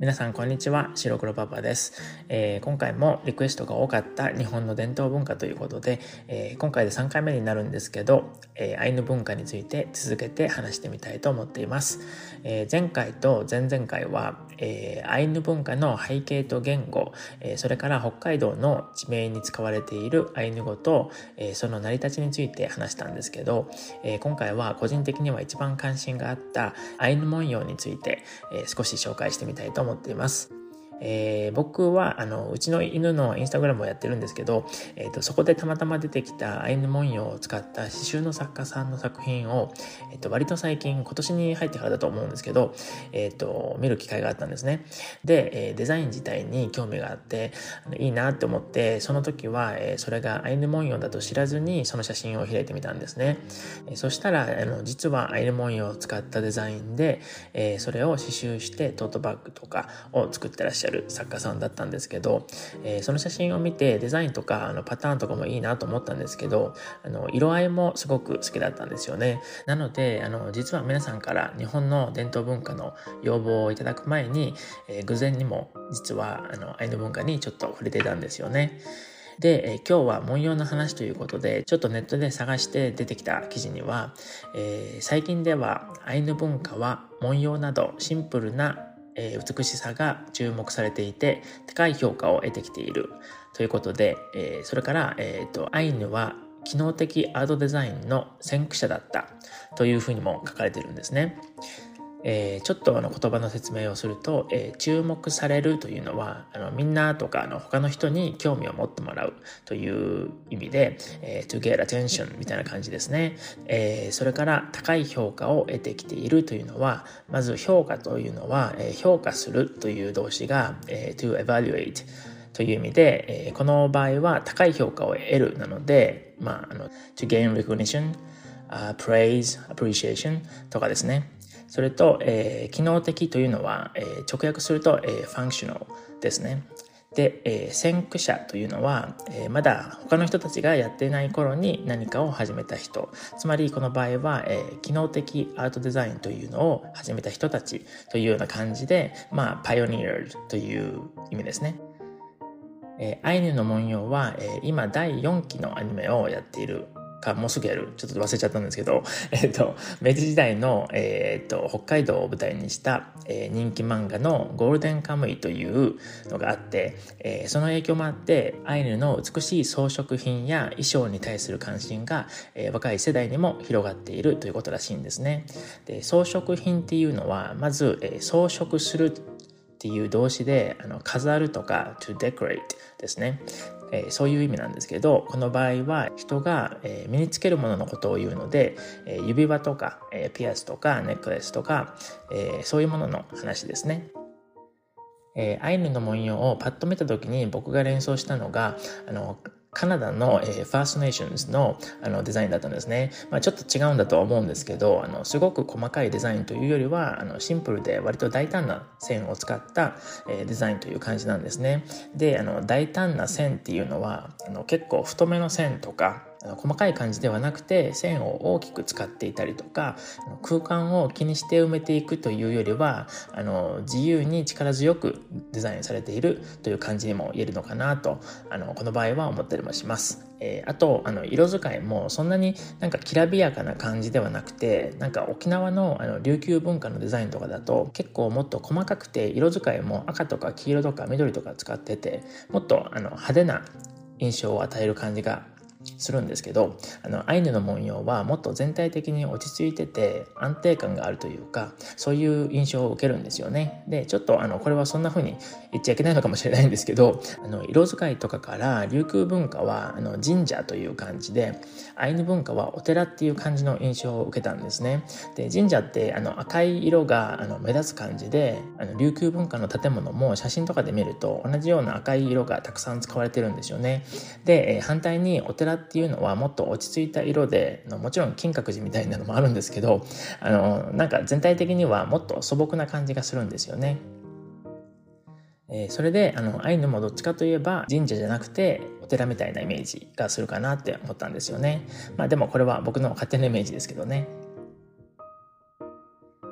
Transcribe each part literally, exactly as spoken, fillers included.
皆さんこんにちは、白黒パパです、えー、今回もリクエストが多かった日本の伝統文化ということで、えー、今回でさんかいめになるんですけど、えー、アイヌ文化について続けて話してみたいと思っています、えー、前回と前々回は、えー、アイヌ文化の背景と言語、えー、それから北海道の地名に使われているアイヌ語と、えー、その成り立ちについて話したんですけど、えー、今回は個人的には一番関心があったアイヌ文様について、えー、少し紹介してみたいと思っています。えー、僕はあのうちの犬のインスタグラムをやってるんですけど、えーと、そこでたまたま出てきたアイヌ文様を使った刺繍の作家さんの作品を、えーと、割と最近今年に入ってからだと思うんですけど、えーと、見る機会があったんですね。で、えー、デザイン自体に興味があっていいなって思って、その時は、えー、それがアイヌ文様だと知らずにその写真を開いてみたんですね。えー、そしたらあの実はアイヌ文様を使ったデザインで、えー、それを刺繍してトートバッグとかを作ってらっしゃる作家さんだったんですけど、えー、その写真を見てデザインとかあのパターンとかもいいなと思ったんですけど、あの色合いもすごく好きだったんですよね。なのであの実は皆さんから日本の伝統文化の要望をいただく前に、えー、偶然にも実はあのアイヌ文化にちょっと触れていたんですよね。で、えー、今日は文様の話ということでちょっとネットで探して出てきた記事には、えー、最近ではアイヌ文化は文様などシンプルな美しさが注目されていて高い評価を得てきているということで、えー、それから、えーと、アイヌは機能的アートデザインの先駆者だったというふうにも書かれているんですね。えー、ちょっとあの言葉の説明をすると、えー、注目されるというのはあのみんなとかあの他の人に興味を持ってもらうという意味で、えー、to get attention みたいな感じですね。えー、それから高い評価を得てきているというのは、まず評価というのは、えー、評価するという動詞が、えー、to evaluateという意味で、えー、この場合は高い評価を得るなので、まあ、あの to gain recognition、uh, praise, appreciation とかですね。それと、えー、機能的というのは、えー、直訳すると、えー、functional ですね。で、えー、先駆者というのは、えー、まだ他の人たちがやっていない頃に何かを始めた人。つまりこの場合は、えー、機能的アートデザインというのを始めた人たちというような感じで、まあ、pioneer という意味ですね。えー、アイヌの文様は、えー、今だいよんきのアニメをやっているかもうすぐやるちょっと忘れちゃったんですけど、えっと明治時代の、えー、っと北海道を舞台にした、えー、人気漫画のゴールデンカムイというのがあって、えー、その影響もあってアイヌの美しい装飾品や衣装に対する関心が、えー、若い世代にも広がっているということらしいんですね。で、装飾品っていうのはまず、えー、装飾するっていう動詞であの飾るとか to decorate ですね。えー、そういう意味なんですけど、この場合は人が、えー、身につけるもののことを言うので、えー、指輪とか、えー、ピアスとかネックレスとか、えー、そういうものの話ですね。えー、アイヌの文様をパッと見た時に僕が連想したのがあのカナダの、えー、ファーストネーションズ の, あのデザインだったんですね。まあ、ちょっと違うんだとは思うんですけど、あのすごく細かいデザインというよりはあのシンプルで割と大胆な線を使った、えー、デザインという感じなんですね。で、あの大胆な線っていうのはあの結構太めの線とかあの細かい感じではなくて線を大きく使っていたりとか空間を気にして埋めていくというよりはあの自由に力強くデザインされているという感じにも言えるのかなとあのこの場合は思ったりもします。えー、あとあの色使いもそんなになんかきらびやかな感じではなくて、なんか沖縄 の, あの琉球文化のデザインとかだと結構もっと細かくて色使いも赤とか黄色とか緑とか使っててもっとあの派手な印象を与える感じがするんですけど、あのアイヌの文様はもっと全体的に落ち着いてて安定感があるというか、そういう印象を受けるんですよね。で、ちょっとあのこれはそんな風に言っちゃいけないのかもしれないんですけど、あの色使いとかから琉球文化はあの神社という感じで、アイヌ文化はお寺っていう感じの印象を受けたんですね。で、神社ってあの赤い色があの目立つ感じで、あの琉球文化の建物も写真とかで見ると同じような赤い色がたくさん使われてるんですよね。で、反対にお寺っていうのはもっと落ち着いた色で、もちろん金閣寺みたいなのもあるんですけど、あのなんか全体的にはもっと素朴な感じがするんですよね。えー、それであのアイヌもどっちかといえば神社じゃなくてお寺みたいなイメージがするかなって思ったんですよね。まあでもこれは僕の勝手なイメージですけどね。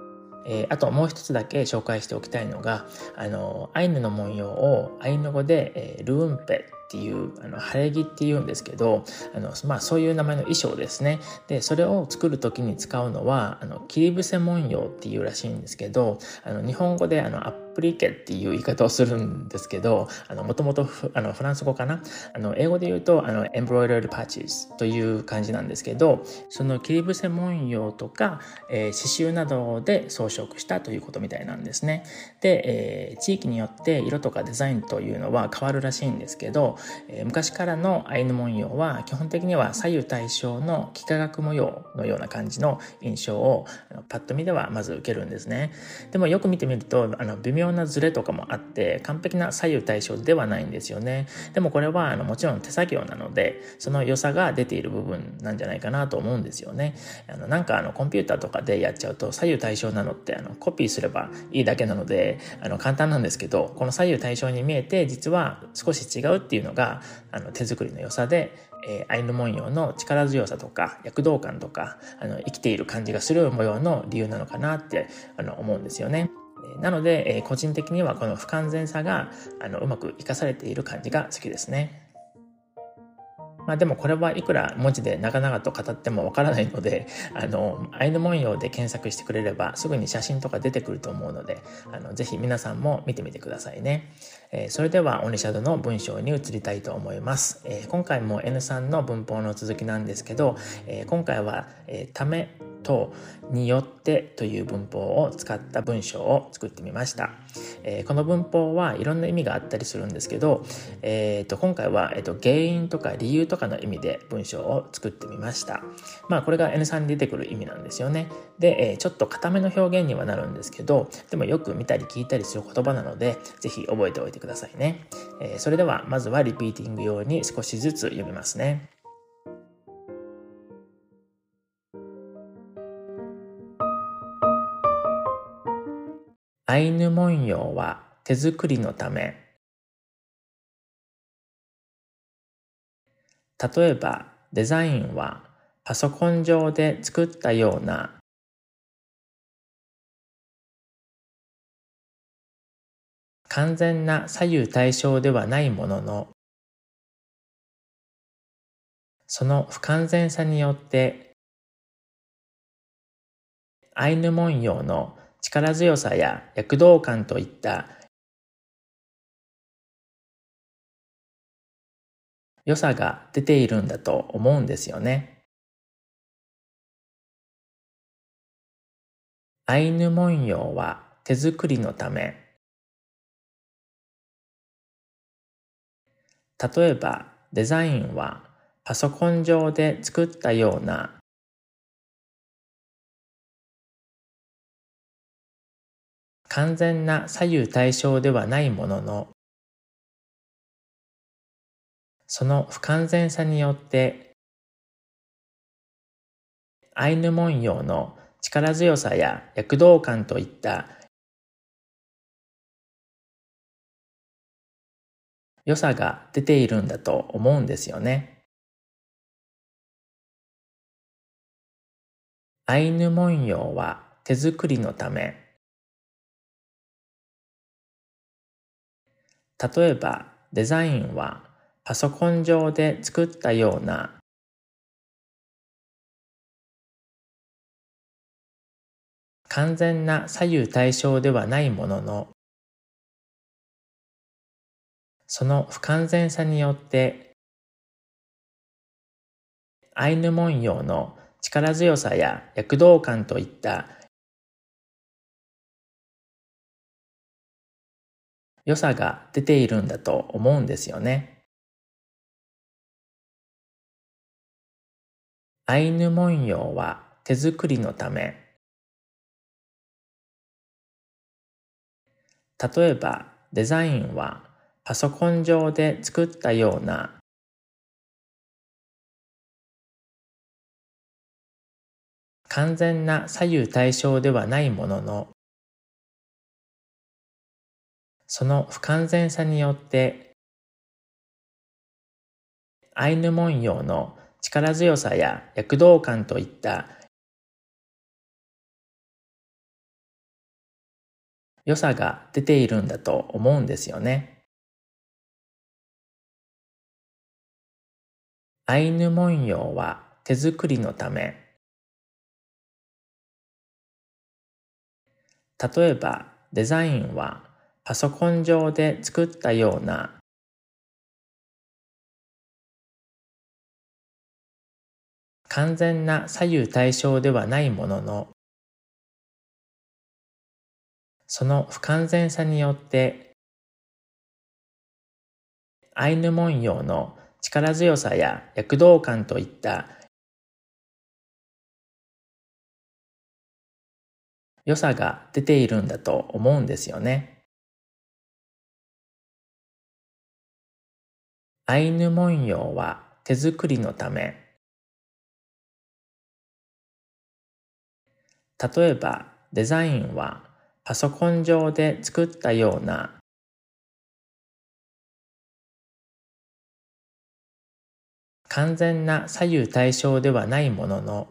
えー、あともう一つだけ紹介しておきたいのが、あのアイヌの文様をアイヌ語で、えー、ルーンペっていうあの晴れ着っていうんですけど、あの、まあ、そういう名前の衣装ですね。でそれを作る時に使うのはあの切り伏せ文様っていうらしいんですけど、あの日本語であのアップリケっていう言い方をするんですけど、あのもともとフランス語かな、あの英語で言うとあのエンブロイダリーパッチズという感じなんですけど、その切り伏せ文様とか、えー、刺繍などで装飾したということみたいなんですね。で、えー、地域によって色とかデザインというのは変わるらしいんですけど、えー、昔からのアイヌ文様は基本的には左右対称の幾何学模様のような感じの印象をパッと見ではまず受けるんですね。でもよく見てみるとあの微妙なズレとかもあって完璧な左右対称ではないんですよね。でもこれはあのもちろん手作業なのでその良さが出ている部分なんじゃないかなと思うんですよね。あのなんかあのコンピューターとかでやっちゃうと左右対称なのってあのコピーすればいいだけなのであの簡単なんですけど、この左右対称に見えて実は少し違うっていうのがあの手作りの良さで、えー、アイヌ文様の力強さとか躍動感とかあの生きている感じがする模様の理由なのかなってあの思うんですよね。なので、えー、個人的にはこの不完全さがあのうまく生かされている感じが好きですね。まあでもこれはいくら文字で長々と語ってもわからないので、あのアイヌ文様で検索してくれればすぐに写真とか出てくると思うので、あのぜひ皆さんも見てみてくださいね。えー、それではオニシャドの文章に移りたいと思います。えー、今回も エヌさんの文法の続きなんですけど、えー、今回は、えー、ためとによってという文法を使った文章を作ってみました。えー、この文法はいろんな意味があったりするんですけど、えー、と今回は、えー、と原因とか理由とかの意味で文章を作ってみました。まあこれが エヌさんに出てくる意味なんですよね。で、えー、ちょっと固めの表現にはなるんですけど、でもよく見たり聞いたりする言葉なのでぜひ覚えておいてくださいね。えー、それではまずはリピーティング用に少しずつ読みますね。アイヌ文様は手作りのため、例えばデザインはパソコン上で作ったような完全な左右対称ではないものの、その不完全さによってアイヌ文様の力強さや躍動感といった良さが出ているんだと思うんですよね。アイヌ文様は手作りのため、例えばデザインはパソコン上で作ったような完全な左右対称ではないものの、その不完全さによってアイヌ文様の力強さや躍動感といった良さが出ているんだと思うんですよね。アイヌ文様は手作りのため、例えばデザインはパソコン上で作ったような完全な左右対称ではないものの、その不完全さによってアイヌ文様の力強さや躍動感といった良さが出ているんだと思うんですよね。アイヌ文様は手作りのため、例えばデザインはパソコン上で作ったような完全な左右対称ではないものの、その不完全さによってアイヌ文様の力強さや躍動感といった良さが出ているんだと思うんですよね。アイヌ文様は手作りのため、例えばデザインはパソコン上で作ったような完全な左右対称ではないものの、その不完全さによってアイヌ文様の力強さや躍動感といった良さが出ているんだと思うんですよね。アイヌ文様は手作りのため、例えばデザインはパソコン上で作ったような完全な左右対称ではないものの、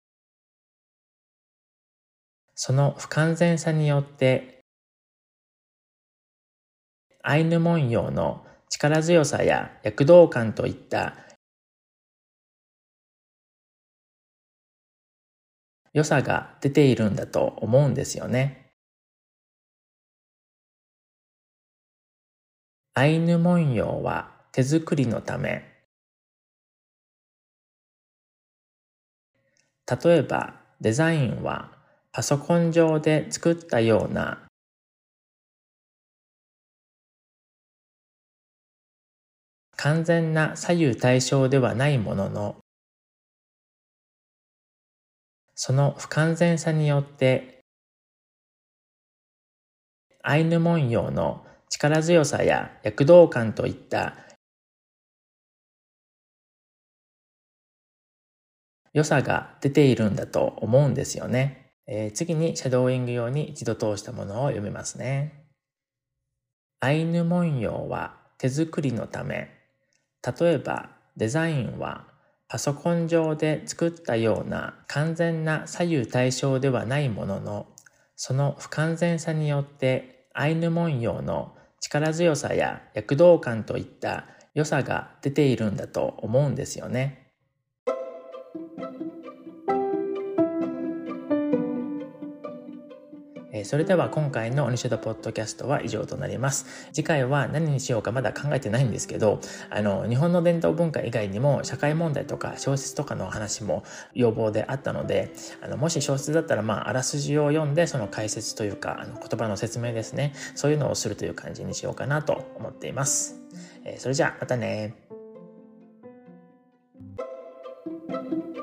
その不完全さによってアイヌ文様の力強さや躍動感といった良さが出ているんだと思うんですよね。アイヌ文様は手作りのため、例えばデザインはパソコン上で作ったような完全な左右対称ではないものの、その不完全さによってアイヌ文様の力強さや躍動感といった良さが出ているんだと思うんですよね。えー、次にシャドーイング用に一度通したものを読みますね。アイヌ文様は手作りのため、例えばデザインはパソコン上で作ったような完全な左右対称ではないものの、その不完全さによってアイヌ文様の力強さや躍動感といった良さが出ているんだと思うんですよね。それでは今回のオニシュドポッドキャストは以上となります。次回は何にしようかまだ考えてないんですけど、あの日本の伝統文化以外にも社会問題とか小説とかの話も要望であったので、あのもし小説だったらまああらすじを読んでその解説というかあの言葉の説明ですね、そういうのをするという感じにしようかなと思っています。えー、それじゃあまたね。